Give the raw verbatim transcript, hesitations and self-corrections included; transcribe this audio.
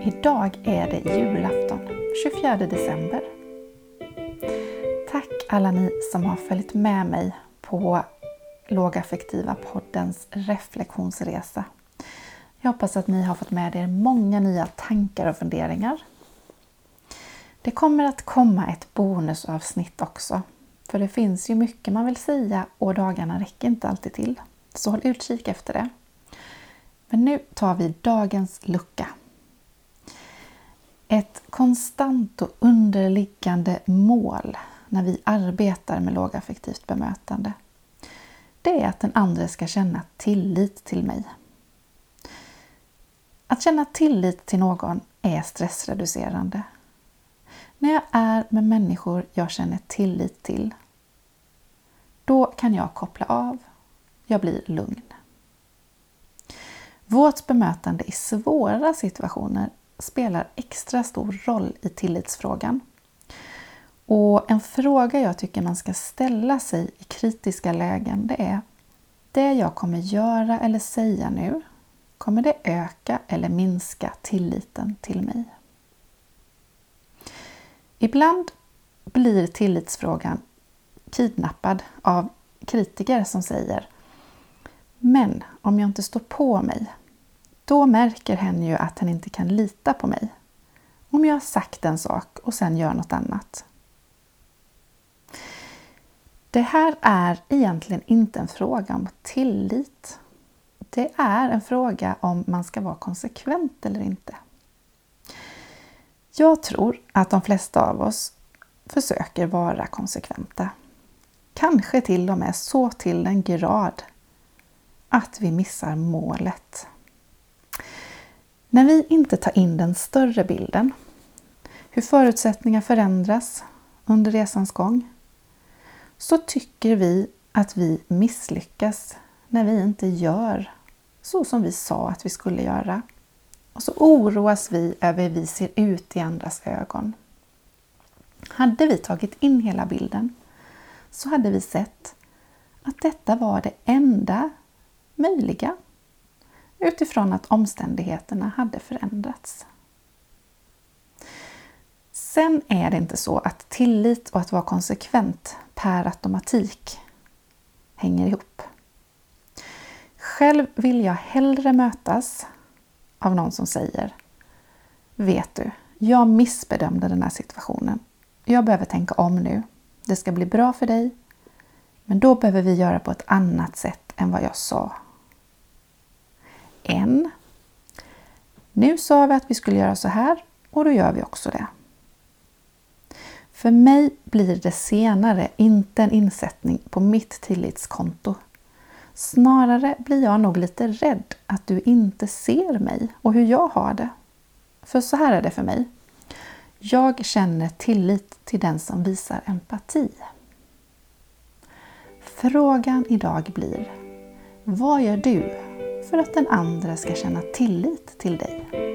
Idag är det julafton, tjugofjärde december. Tack alla ni som har följt med mig på Lågaffektiva poddens reflektionsresa. Jag hoppas att ni har fått med er många nya tankar och funderingar. Det kommer att komma ett bonusavsnitt också. För det finns ju mycket man vill säga och dagarna räcker inte alltid till. Så håll utkik efter det. Men nu tar vi dagens lucka. Ett konstant och underliggande mål när vi arbetar med lågaffektivt bemötande, det är att den andra ska känna tillit till mig. Att känna tillit till någon är stressreducerande. När jag är med människor jag känner tillit till, då kan jag koppla av. Jag blir lugn. Vårt bemötande i svåra situationer spelar extra stor roll i tillitsfrågan. Och en fråga jag tycker man ska ställa sig i kritiska lägen, det är: det jag kommer göra eller säga nu, kommer det öka eller minska tilliten till mig? Ibland blir tillitsfrågan kidnappad av kritiker som säger: men om jag inte står på mig, då märker hen ju att han inte kan lita på mig. Om jag har sagt en sak och sen gör något annat. Det här är egentligen inte en fråga om tillit. Det är en fråga om man ska vara konsekvent eller inte. Jag tror att de flesta av oss försöker vara konsekventa. Kanske till och med så till en grad att vi missar målet. När vi inte tar in den större bilden, hur förutsättningar förändras under resans gång, så tycker vi att vi misslyckas när vi inte gör så som vi sa att vi skulle göra. Och så oroas vi över hur vi ser ut i andras ögon. Hade vi tagit in hela bilden så hade vi sett att detta var det enda möjliga utifrån att omständigheterna hade förändrats. Sen är det inte så att tillit och att vara konsekvent per automatik hänger ihop. Själv vill jag hellre mötas av någon som säger: vet du, jag missbedömde den här situationen. Jag behöver tänka om nu. Det ska bli bra för dig. Men då behöver vi göra på ett annat sätt än vad jag sa. En. Nu sa vi att vi skulle göra så här och då gör vi också det. För mig blir det senare inte en insättning på mitt tillitskonto. Snarare blir jag nog lite rädd att du inte ser mig och hur jag har det. För så här är det för mig. Jag känner tillit till den som visar empati. Frågan idag blir: vad gör du för att den andra ska känna tillit till dig?